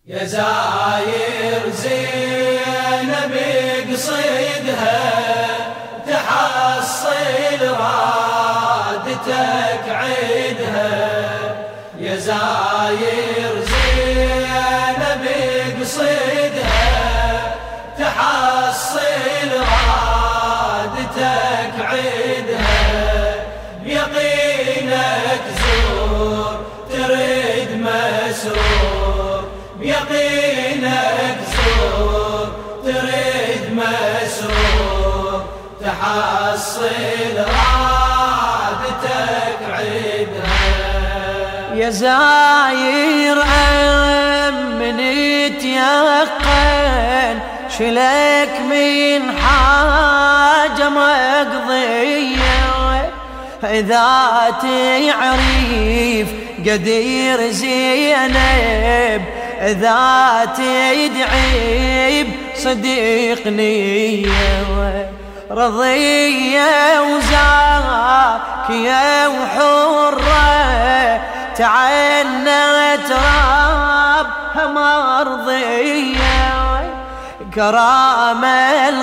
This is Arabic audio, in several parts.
يا زاير زينب قصيدها تحصل رادتك عيدها. يا زاير زينب قصيدها تحصل رادتك عيدها. بيقينك زور تريد مسرور، بيقينك زور تريد مسرور، تحصل رادتك عيدها. يا زاير من يتيقن شلك من حاجة مقضية، إذا تعرف قدير زينب، إذا تدعي بصديقني رضية وزاكية وحرة، تعنت ربها مرضية. كرام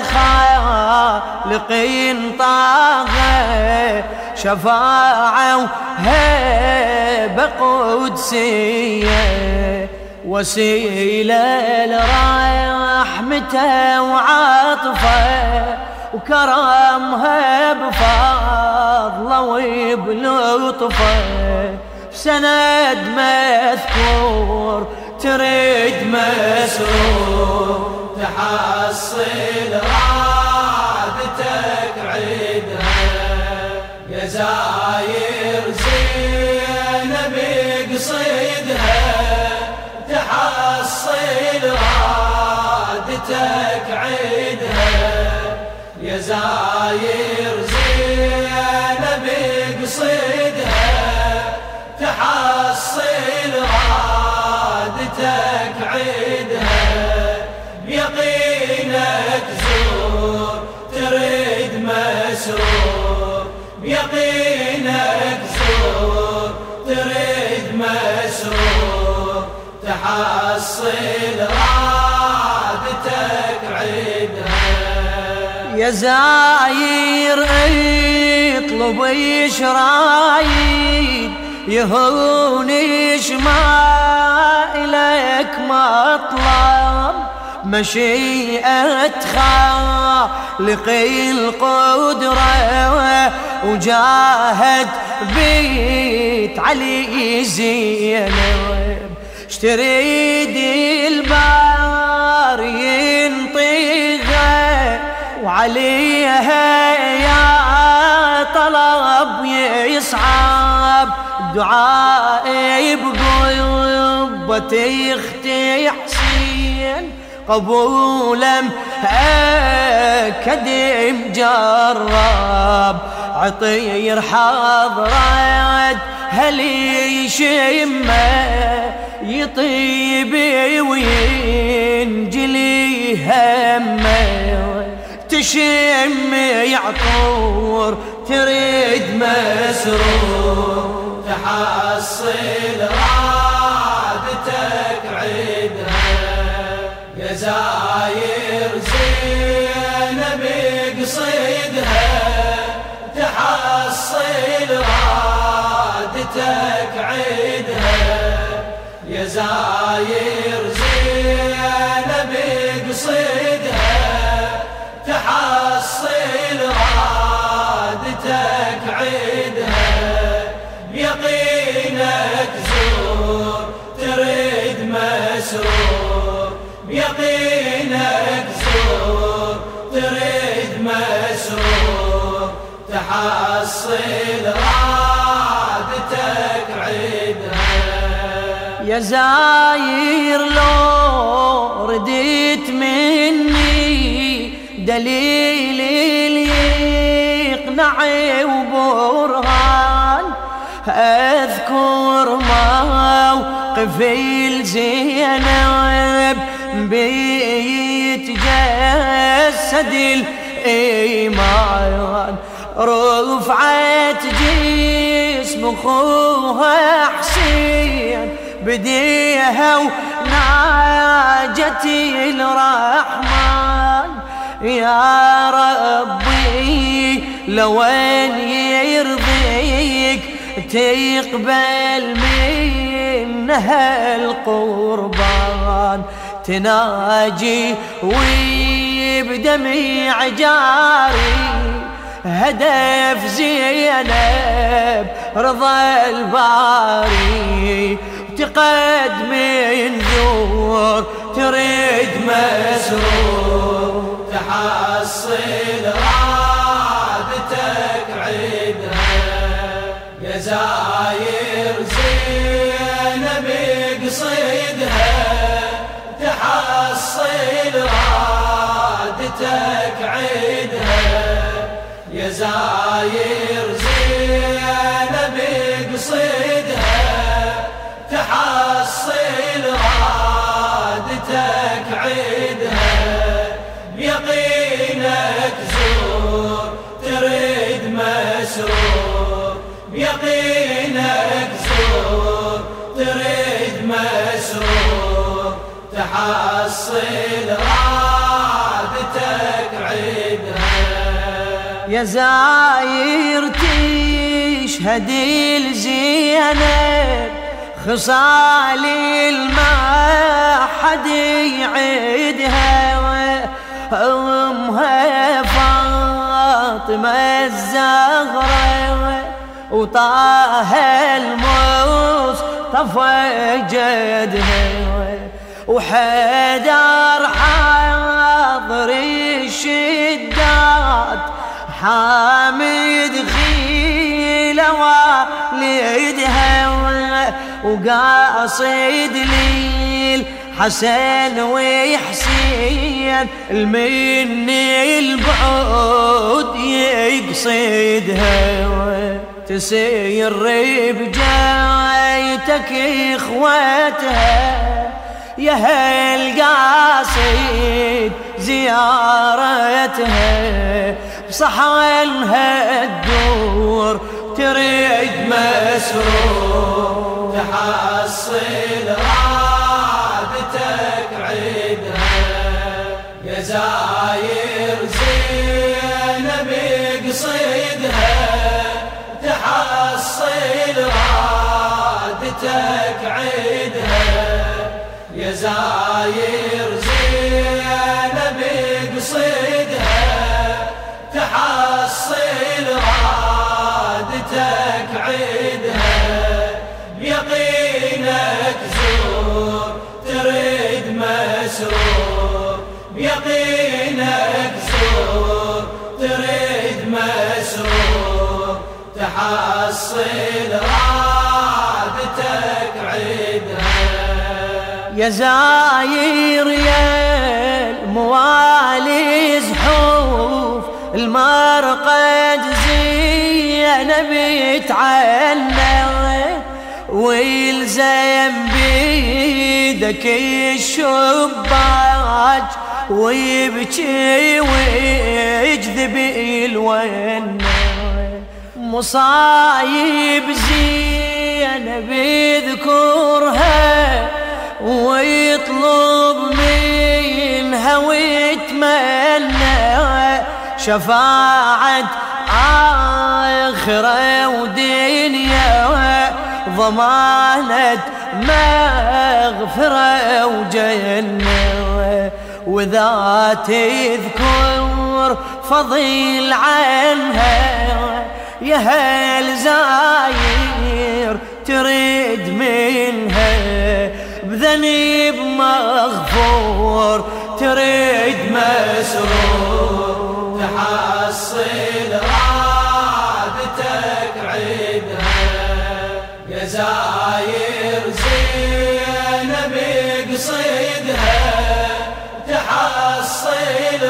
الخالقين طاغة، شفاعة وهيبة قدسية، وسيلة لرحمته وعطفه، وكرمها بفضله وبلطفه. بسند مذكور تريد مسرور، تحصل رادتك عيدها. يا زاير زينب قصيدها تحصل رادتك عيدها. يا زاير زينب قصيدها تحصل رادتك عيدها. بيقينك زور تريد مسرور، بيقينك زور تريد مسرور، تحصل رادتك عيدها. يا زاير اطلب شرايد يهونيش ما إليك مطلب، مشيئة خالقي القدرة، وجاهد بيت علي زينب. اشتريد البار ينطيها، وعليها يا طلب يصعب، دعائي بقبة اختي حسين، قبولا أكد مجرب. عطير حضرت هل يشمه، يطيب وينجلي همه. تشم يعطور تريد مسرور، تحصل رادتك عيدها. يا زاير زينب قصيدها تحصل رادتك عيدها. يا زاير زينب قصيدها تحصل رادتك عيدها. بيقينك زور تريد مسرور، بيقينك زور تريد مسرور، تحصل رادتك عيدها. يا زاير لو رديت مني دليل يقنعي وبرهان، أذكر موقفي لزينب بيتجسد الإيمان. رفعت جسم أخوها حسين بديها ناجتي الرحمن يا ربي لوين يرضيك تقبل منها القربان تناجي وبدمع جاري هدف زينب رضا الباري تقدم ذور تريد مسرور تحصل رادتك عيدها يا زاير زينب قصيدها تحصل رادتك عيدها يا زاير زينب قصيدها تحصل رادتك عيدها بيقينك زور تريد مسرور بيقينك زور تريد مسرور تحصل رادتك عيدها يا زاير تشهد الزينب خصال الما حد يعيدها أمها فاطمة الزهرة وطه المصطفى جدها وحدار حاضر الشدات حامد خيل والدها وقاصد ليل حسن وحسين المن البعود يقصدها تسير بجايتك اخواتها يا هالقاصد زيارتها بصحنها الدور تريد مسرور تحصل رادتك عيدها يا زاير زينب قصيدها تحصل رادتك عيدها يا زاير زينب قصيدها تحصل رادتك عيدها بيقينك زور تريد مسرور بيقينك زور تريد مسرور تحصل رادتك عيدها يا زاير يا الموالي زحوف المرقد زينب يتعنى ويلزم بيدك الشباك ويبكي ويجذب الونه مصايب زينب يذكرها ويطلب منها ويتمنى شفاعة آخرة ودنيا ضمانة مغفرة وجنة وذا تذكر فضيل عنها يا هل زاير تريد منها بذنب مغفور تريد مسرور تحصل رادتك عيدها يا زاير زينب قصيدها تحصل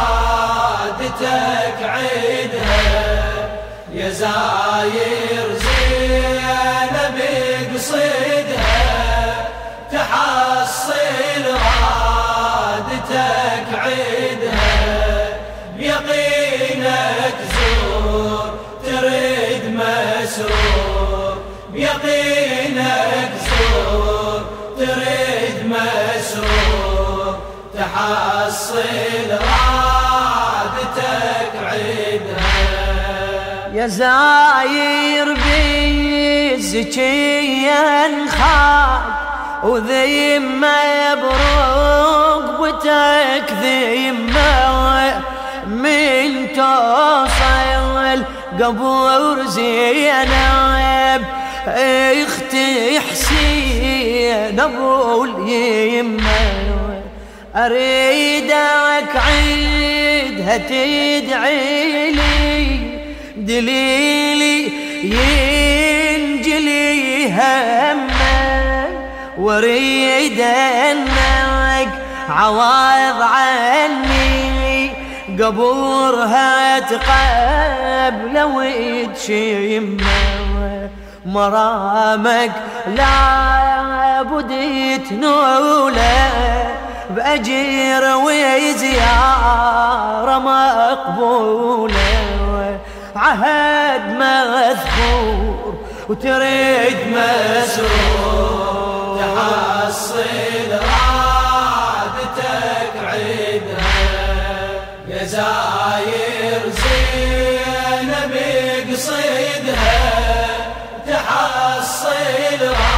رادتك عيدها يا زاير زينب قصيدها تحصل رادتك عيدها بيقينك زور تريد مسرور بيقينك زور تريد مسرور مسرور تحصل رادتك عيدها. يا زاير بالزكية انخال وذمة برقبتك ذمة من توصل قبر زينب اختي حسين ابو اليمه. اريدك عيدها تدعي لي دليلي ينجلي همه واريد انك عواض عني قبورها تقبل وتشمه. مرامك لا بديت نوله بأجير وزيارة مقبولة. عهد مذكور وتريد مسرور تحصل رادتك عيدها. يا زاير زينب قصيدها تحصل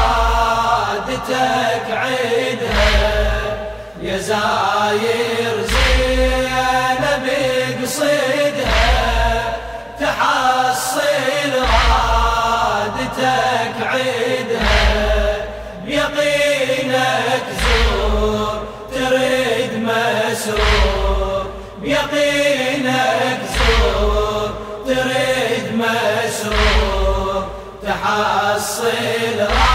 رادتك عيدها. يا زاير زينب قصيدها تحصل رادتك عيدها. بيقينك زور تريد مسرور بيقينك زور تريد مسرور تحصل